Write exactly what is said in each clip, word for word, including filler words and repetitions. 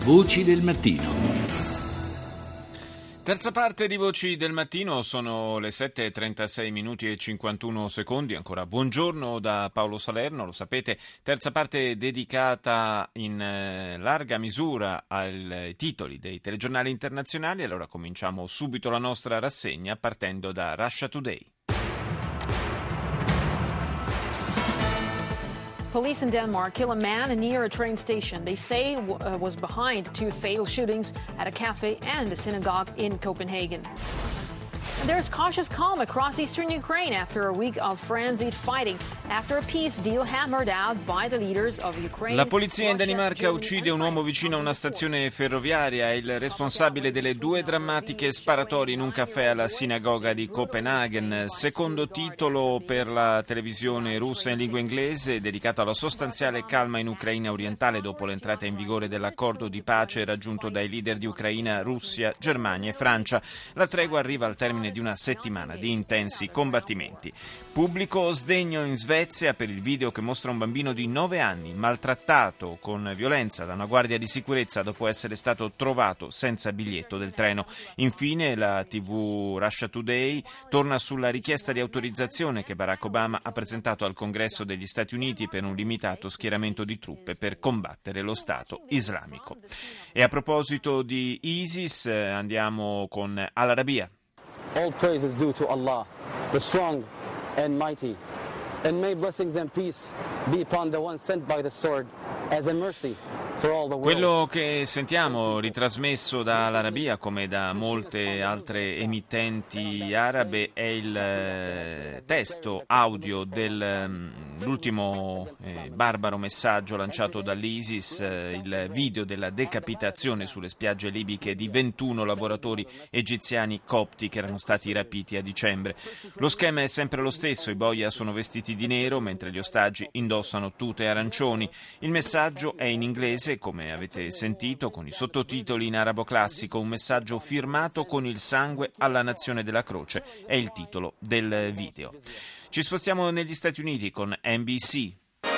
Voci del mattino. Terza parte di Voci del Mattino, sono le sette e trentasei minuti e cinquantuno secondi, ancora buongiorno da Paolo Salerno, lo sapete, terza parte dedicata in eh, larga misura ai titoli dei telegiornali internazionali. Allora cominciamo subito la nostra rassegna partendo da Russia Today. Police in Denmark kill a man near a train station they say w- uh, was behind two fatal shootings at a cafe and a synagogue in Copenhagen. And there's cautious calm across eastern Ukraine after a week of frenzied fighting after a peace deal hammered out by the leaders of Ukraine. La polizia in Danimarca uccide un uomo vicino a una stazione ferroviaria. Il responsabile delle due drammatiche sparatorie in un caffè alla sinagoga di Copenaghen. Secondo titolo per la televisione russa in lingua inglese, dedicato alla sostanziale calma in Ucraina orientale dopo l'entrata in vigore dell'accordo di pace raggiunto dai leader di Ucraina, Russia, Germania e Francia. La tregua arriva al termine di una settimana di intensi combattimenti. Pubblico sdegno in Svezia per il video che mostra un bambino di nove anni maltrattato con violenza da una guardia di sicurezza dopo essere stato trovato senza biglietto del treno. Infine la tivù Russia Today torna sulla richiesta di autorizzazione che Barack Obama ha presentato al Congresso degli Stati Uniti per un limitato schieramento di truppe per combattere lo Stato islamico. E a proposito di ISIS andiamo con Al Arabiya. All praise is due to Allah, the strong and mighty, and may blessings and peace be upon the one sent by the sword as a mercy for all the world. Quello che sentiamo ritrasmesso dall'Arabia come da molte altre emittenti arabe è il eh, testo audio dell'ultimo eh, barbaro messaggio lanciato dall'ISIS, eh, il video della decapitazione sulle spiagge libiche di ventuno lavoratori egiziani copti che erano stati rapiti a dicembre. Lo schema è sempre lo stesso, i boia sono vestiti di nero mentre gli ostaggi indossano tute arancioni. Il messaggio è in inglese, come avete sentito, con i sottotitoli in arabo classico, un messaggio firmato con il sangue alla nazione della croce, è il titolo del video. Ci spostiamo negli Stati Uniti con N B C.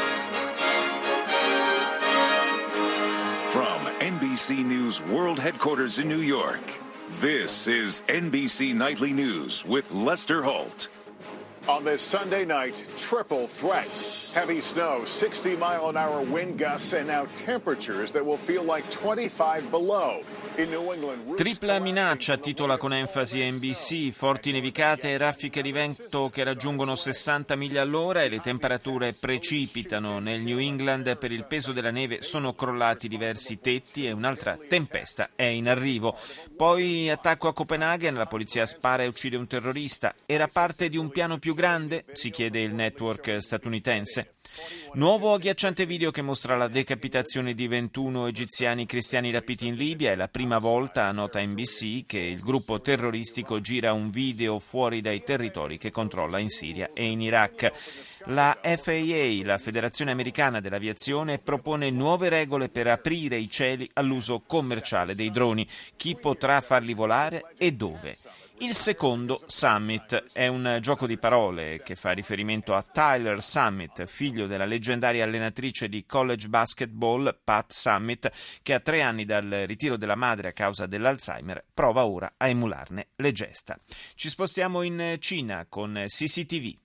From N B C News World Headquarters in New York, this is N B C Nightly News with Lester Holt. On this Sunday night, triple threat. Heavy snow, sixty mile an hour wind gusts, and now temperatures that will feel like twenty-five below. In New England, Tripla minaccia, titola con enfasi N B C, forti nevicate e raffiche di vento che raggiungono sessanta miglia all'ora e le temperature precipitano. Nel New England per il peso della neve sono crollati diversi tetti e un'altra tempesta è in arrivo. Poi attacco a Copenaghen, la polizia spara e uccide un terrorista. Era parte di un piano più grande? Si chiede il network statunitense. Nuovo agghiacciante video che mostra la decapitazione di ventuno egiziani cristiani rapiti in Libia. È la prima volta, nota N B C, che il gruppo terroristico gira un video fuori dai territori che controlla in Siria e in Iraq. La F A A, la Federazione Americana dell'Aviazione, propone nuove regole per aprire i cieli all'uso commerciale dei droni. Chi potrà farli volare e dove? Il secondo Summit è un gioco di parole che fa riferimento a Tyler Summit, figlio della leggendaria allenatrice di college basketball Pat Summit, che a tre anni dal ritiro della madre a causa dell'Alzheimer prova ora a emularne le gesta. Ci spostiamo in Cina con C C T V.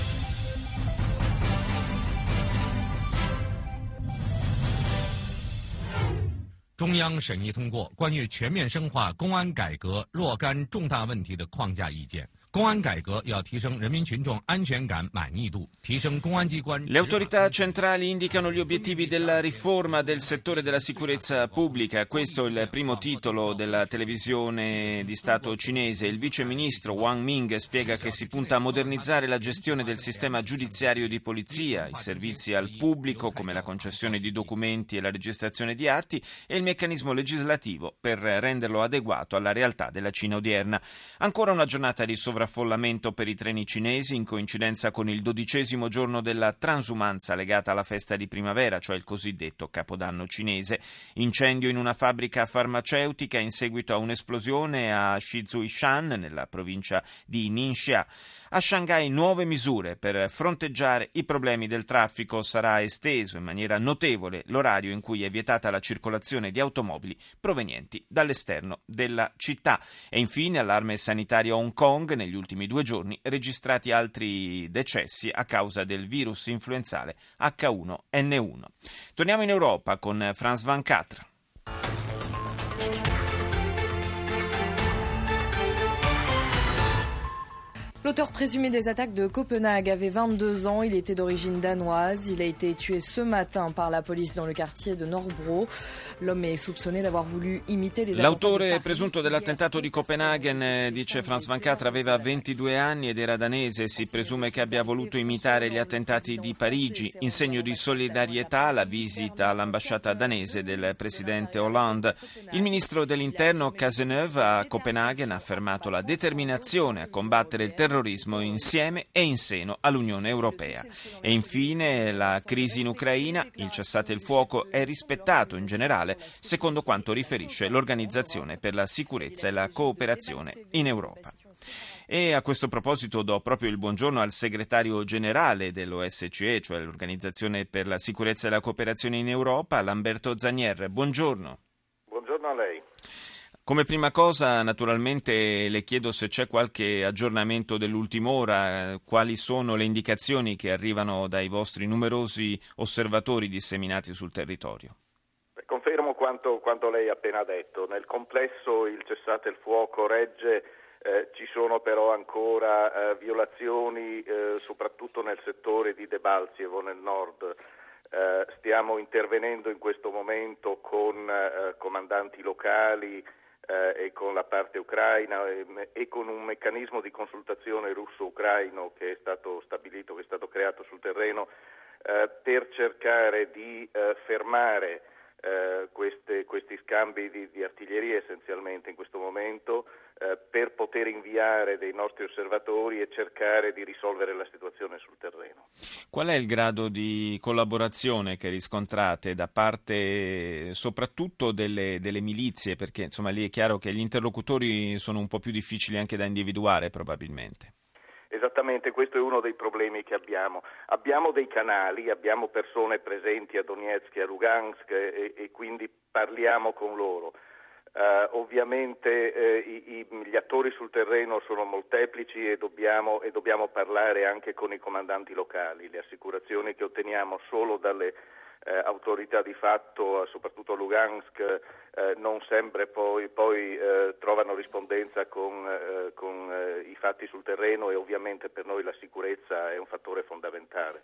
中央审议通过关于全面深化公安改革若干重大问题的框架意见。公安改革要提升人民群众安全感满意度，提升公安机关。 Le autorità centrali indicano gli obiettivi della riforma del settore della sicurezza pubblica. Questo è il primo titolo della televisione di Stato cinese. Il vice ministro Wang Ming spiega che si punta a modernizzare la gestione del sistema giudiziario di polizia, i servizi al pubblico come la concessione di documenti e la registrazione di atti e il meccanismo legislativo per renderlo adeguato alla realtà della Cina odierna. Ancora una giornata di sovraffollamento per i treni cinesi in coincidenza con il dodicesimo giorno della transumanza legata alla festa di primavera, cioè il cosiddetto Capodanno cinese. Incendio in una fabbrica farmaceutica in seguito a un'esplosione a Shizuishan, nella provincia di Ningxia. A Shanghai nuove misure per fronteggiare i problemi del traffico. Sarà esteso in maniera notevole l'orario in cui è vietata la circolazione di automobili provenienti dall'esterno della città. E infine allarme sanitario a Hong Kong, negli ultimi due giorni registrati altri decessi a causa del virus influenzale acca uno enne uno. Torniamo in Europa con Frans van Catra. L'auteur présumé des attaques de Copenhague avait vingt-deux ans, il était d'origine danoise, il a été tué ce matin par la police dans le quartier de Nørrebro. L'homme è soupçonné d'avoir voulu imiter les L'autore presunto dell'attentato di Copenaghen, dice Frans van Catra, aveva ventidue anni ed era danese. Si presume che abbia voluto imitare gli attentati di Parigi. In segno di solidarietà, la visita all'ambasciata danese del presidente Hollande. Il ministro dell'interno Cazeneuve a Copenaghen ha affermato la determinazione a combattere il terrorismo insieme e in seno all'Unione Europea. E infine la crisi in Ucraina, il cessate il fuoco è rispettato in generale, secondo quanto riferisce l'Organizzazione per la sicurezza e la cooperazione in Europa. E a questo proposito do proprio il buongiorno al segretario generale dell'O S C E, cioè l'Organizzazione per la sicurezza e la cooperazione in Europa, Lamberto Zanier. Buongiorno. Buongiorno a lei. Come prima cosa, naturalmente, le chiedo se c'è qualche aggiornamento dell'ultima ora, quali sono le indicazioni che arrivano dai vostri numerosi osservatori disseminati sul territorio. Confermo quanto, quanto lei ha appena detto. Nel complesso il cessate il fuoco regge, eh, ci sono però ancora eh, violazioni, eh, soprattutto nel settore di Debaltsjevo, nel nord. Eh, stiamo intervenendo in questo momento con eh, comandanti locali Eh, e con la parte ucraina e, e con un meccanismo di consultazione russo-ucraino che è stato stabilito, che è stato creato sul terreno eh, per cercare di eh, fermare eh, queste, questi scambi di, di artiglieria essenzialmente in questo momento eh, per poter inviare dei nostri osservatori e cercare di risolvere la situazione sul terreno. Qual è il grado di collaborazione che riscontrate da parte soprattutto delle, delle milizie? Perché insomma lì è chiaro che gli interlocutori sono un po' più difficili anche da individuare probabilmente. Esattamente, questo è uno dei problemi che abbiamo. Abbiamo dei canali, abbiamo persone presenti a Donetsk e a Lugansk e, e quindi parliamo con loro. Uh, ovviamente eh, i, i, gli attori sul terreno sono molteplici e dobbiamo, e dobbiamo parlare anche con i comandanti locali. Le assicurazioni che otteniamo solo dalle eh, autorità di fatto, soprattutto a Lugansk, eh, non sempre poi, poi eh, trovano rispondenza con, eh, con eh, i fatti sul terreno e ovviamente per noi la sicurezza è un fattore fondamentale.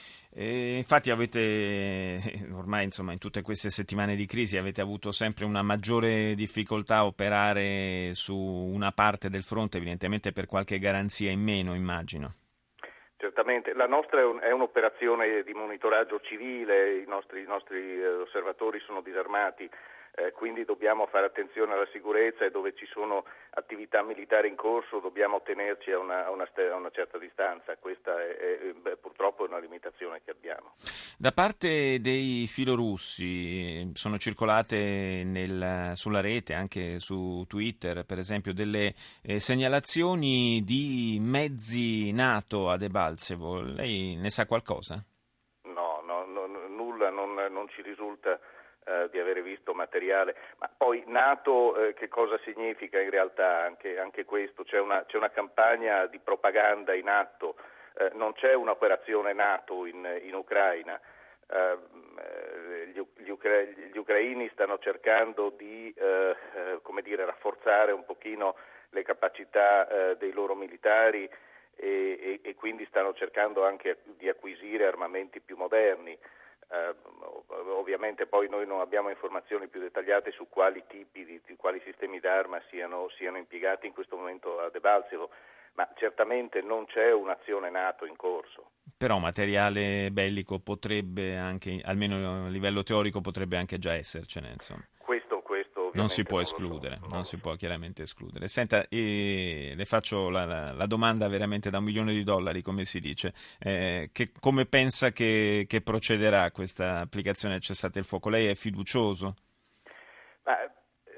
E infatti avete, ormai insomma in tutte queste settimane di crisi avete avuto sempre una maggiore difficoltà a operare su una parte del fronte, evidentemente per qualche garanzia in meno, immagino. Certamente, la nostra è, un, è un'operazione di monitoraggio civile, i nostri, i nostri eh, osservatori sono disarmati, eh, quindi dobbiamo fare attenzione alla sicurezza e dove ci sono attività militari in corso dobbiamo tenerci a una, a una, a una certa distanza. Questa è, è, beh, purtroppo è una limitazione che abbiamo. Da parte dei filorussi sono circolate nel, sulla rete, anche su Twitter per esempio, delle eh, segnalazioni di mezzi NATO a Debaltsjevo. Lei ne sa qualcosa? No, no, no nulla, non, non ci risulta eh, di avere visto materiale. Ma poi NATO eh, che cosa significa in realtà? Anche, anche questo, c'è una, c'è una campagna di propaganda in atto. Eh, non c'è un'operazione NATO in, in Ucraina. Eh, gli, gli, ucra- gli ucraini stanno cercando di eh, eh, come dire, rafforzare un pochino le capacità eh, dei loro militari e, e, e quindi stanno cercando anche di acquisire armamenti più moderni. Eh, ovviamente poi noi non abbiamo informazioni più dettagliate su quali tipi di, di quali sistemi d'arma siano, siano impiegati in questo momento a Debaltsjevo, ma certamente non c'è un'azione NATO in corso. Però materiale bellico potrebbe anche, almeno a livello teorico, potrebbe anche già essercene, insomma. Questo, questo non si può non escludere, so, non, non si so. può chiaramente escludere. Senta, eh, le faccio la, la, la domanda veramente da un milione di dollari, come si dice. Eh, che, come pensa che, che procederà questa applicazione del cessate il fuoco? Lei è fiducioso? Ma,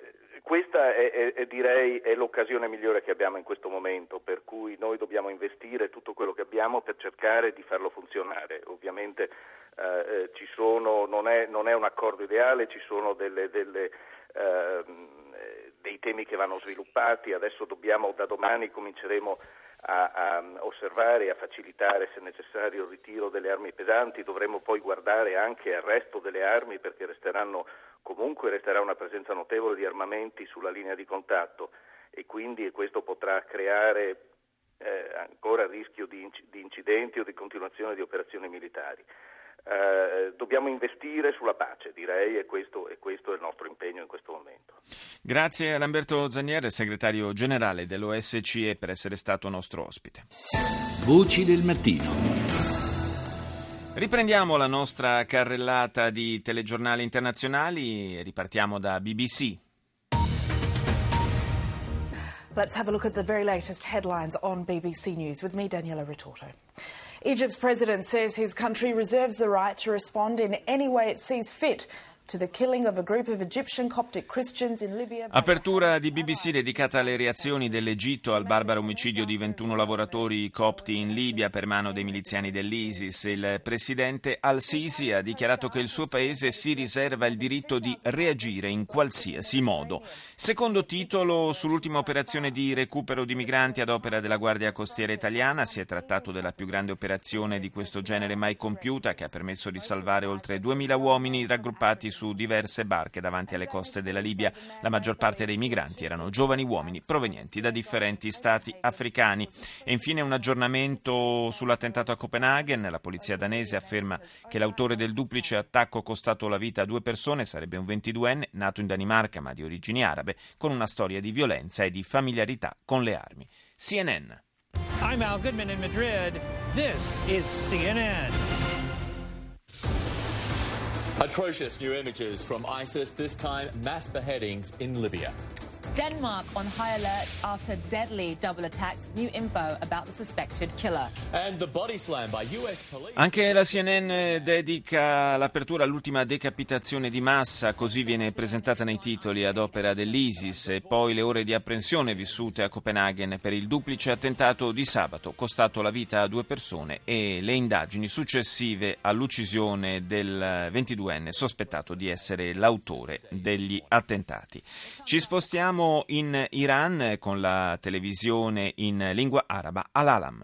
questa è, è, è, direi è l'occasione migliore che abbiamo in questo momento, per cui noi dobbiamo investire tutto quello che abbiamo per cercare di farlo funzionare. Ovviamente eh, ci sono, non è, non è un accordo ideale, ci sono delle, delle, eh, dei temi che vanno sviluppati. Adesso dobbiamo, da domani cominceremo A, a osservare e a facilitare, se necessario, il ritiro delle armi pesanti. Dovremo poi guardare anche al resto delle armi, perché resteranno comunque resterà una presenza notevole di armamenti sulla linea di contatto, e quindi questo potrà creare eh, ancora rischio di, inc- di incidenti o di continuazione di operazioni militari. Eh, dobbiamo investire sulla pace, direi, e questo, e questo è il nostro impegno in questo momento. Grazie a Lamberto Zanier, segretario generale dell'O S C E, per essere stato nostro ospite. Voci del mattino. Riprendiamo la nostra carrellata di telegiornali internazionali e ripartiamo da B B C. Let's have a look at the very latest headlines on B B C News with me, Daniela Ritorto. Egypt's president says his country reserves the right to respond in any way it sees fit to the killing of a group of Egyptian Coptic Christians in Libya. Apertura di B B C dedicata alle reazioni dell'Egitto al barbaro omicidio di ventuno lavoratori copti in Libia per mano dei miliziani dell'ISIS. Il presidente al-Sisi ha dichiarato che il suo paese si riserva il diritto di reagire in qualsiasi modo. Secondo titolo sull'ultima operazione di recupero di migranti ad opera della Guardia Costiera italiana. Si è trattato della più grande operazione di questo genere mai compiuta, che ha permesso di salvare oltre duemila uomini raggruppati su diverse barche davanti alle coste della Libia. La maggior parte dei migranti erano giovani uomini provenienti da differenti stati africani. E infine un aggiornamento sull'attentato a Copenaghen. La polizia danese afferma che l'autore del duplice attacco costato la vita a due persone sarebbe un ventiduenne nato in Danimarca ma di origini arabe, con una storia di violenza e di familiarità con le armi. C N N. I'm Al Goodman in Madrid. This is C N N. Atrocious new images from ISIS, this time mass beheadings in Libya. Denmark on high alert after deadly double attacks. New info about the suspected killer. And the body slam by U S police. Anche la C N N dedica l'apertura all'ultima decapitazione di massa, così viene presentata nei titoli, ad opera dell'ISIS, e poi le ore di apprensione vissute a Copenaghen per il duplice attentato di sabato, costato la vita a due persone, e le indagini successive all'uccisione del ventiduenne sospettato di essere l'autore degli attentati. Ci spostiamo in Iran con la televisione in lingua araba Al-Alam.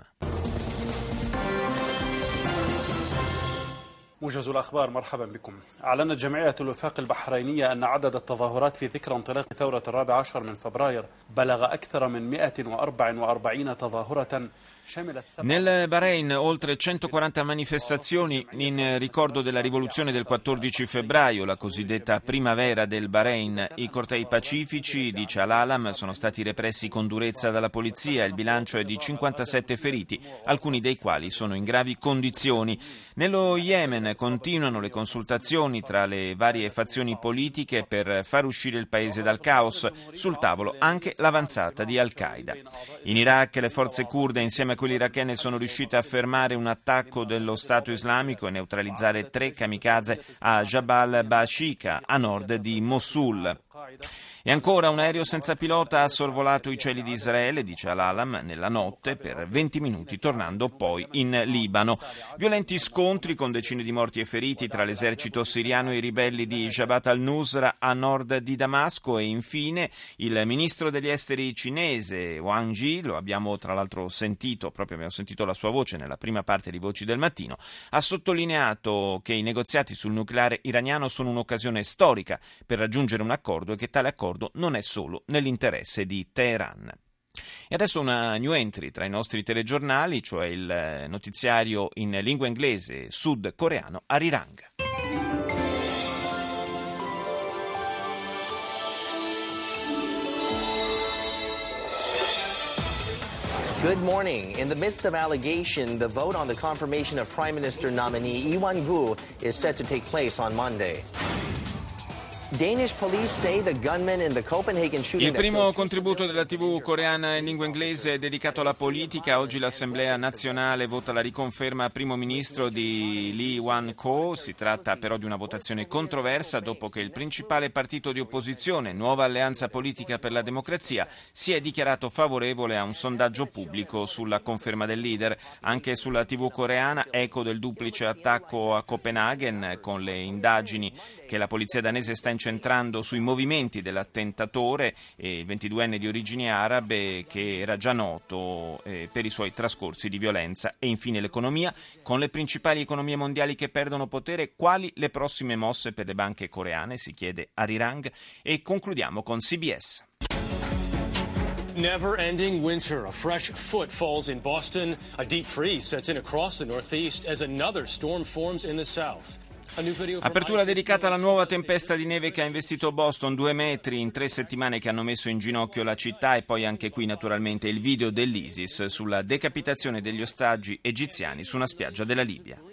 موجز الأخبار مرحبا بكم. أعلنت جمعية الوفاق البحرينية أن عدد التظاهرات في ذكرى انطلاق ثورة الرابع عشر من فبراير بلغ أكثر من مئة وأربعة وأربعين تظاهرة. Nel Bahrain oltre centoquaranta manifestazioni in ricordo della rivoluzione del quattordici febbraio, la cosiddetta primavera del Bahrain. I cortei pacifici, dice Al-Alam, sono stati repressi con durezza dalla polizia. Il bilancio è di cinquantasette feriti, alcuni dei quali sono in gravi condizioni. Nello Yemen continuano le consultazioni tra le varie fazioni politiche per far uscire il paese dal caos. Sul tavolo anche l'avanzata di Al-Qaeda. In Iraq le forze curde insieme quelli irachene sono riusciti a fermare un attacco dello Stato islamico e neutralizzare tre kamikaze a Jabal Bashika, a nord di Mosul. E ancora un aereo senza pilota ha sorvolato i cieli di Israele, dice Al-Alam, nella notte per venti minuti, tornando poi in Libano. Violenti scontri con decine di morti e feriti tra l'esercito siriano e i ribelli di Jabhat al-Nusra a nord di Damasco. E infine il ministro degli esteri cinese Wang Yi, lo abbiamo tra l'altro sentito, proprio abbiamo sentito la sua voce nella prima parte di Voci del Mattino, ha sottolineato che i negoziati sul nucleare iraniano sono un'occasione storica per raggiungere un accordo e che tale accordo non è solo nell'interesse di Teheran. E adesso una new entry tra i nostri telegiornali, cioè il notiziario in lingua inglese sudcoreano Arirang. Good morning. In the midst of allegation, the vote on the confirmation of Prime Minister nominee Lee Wan-gu is set to take place on Monday. Danish police say the gunman in the Copenhagen shooting. Il primo contributo della tivù coreana in lingua inglese è dedicato alla politica. Oggi l'Assemblea nazionale vota la riconferma primo ministro di Lee Wan-ko. Si tratta però di una votazione controversa dopo che il principale partito di opposizione, Nuova Alleanza Politica per la Democrazia, si è dichiarato favorevole a un sondaggio pubblico sulla conferma del leader. Anche sulla tivù coreana, eco del duplice attacco a Copenaghen, con le indagini che la polizia danese sta incentrando sui movimenti dell'attentatore, eh, il ventiduenne di origini arabe che era già noto eh, per i suoi trascorsi di violenza. E infine l'economia, con le principali economie mondiali che perdono potere, quali le prossime mosse per le banche coreane, si chiede Arirang, e concludiamo con C B S. Never-ending winter. A fresh foot falls in Boston. A deep freeze sets in across the Northeast as another storm forms in the south. Apertura dedicata alla nuova tempesta di neve che ha investito Boston, due metri in tre settimane che hanno messo in ginocchio la città, e poi anche qui naturalmente il video dell'ISIS sulla decapitazione degli ostaggi egiziani su una spiaggia della Libia.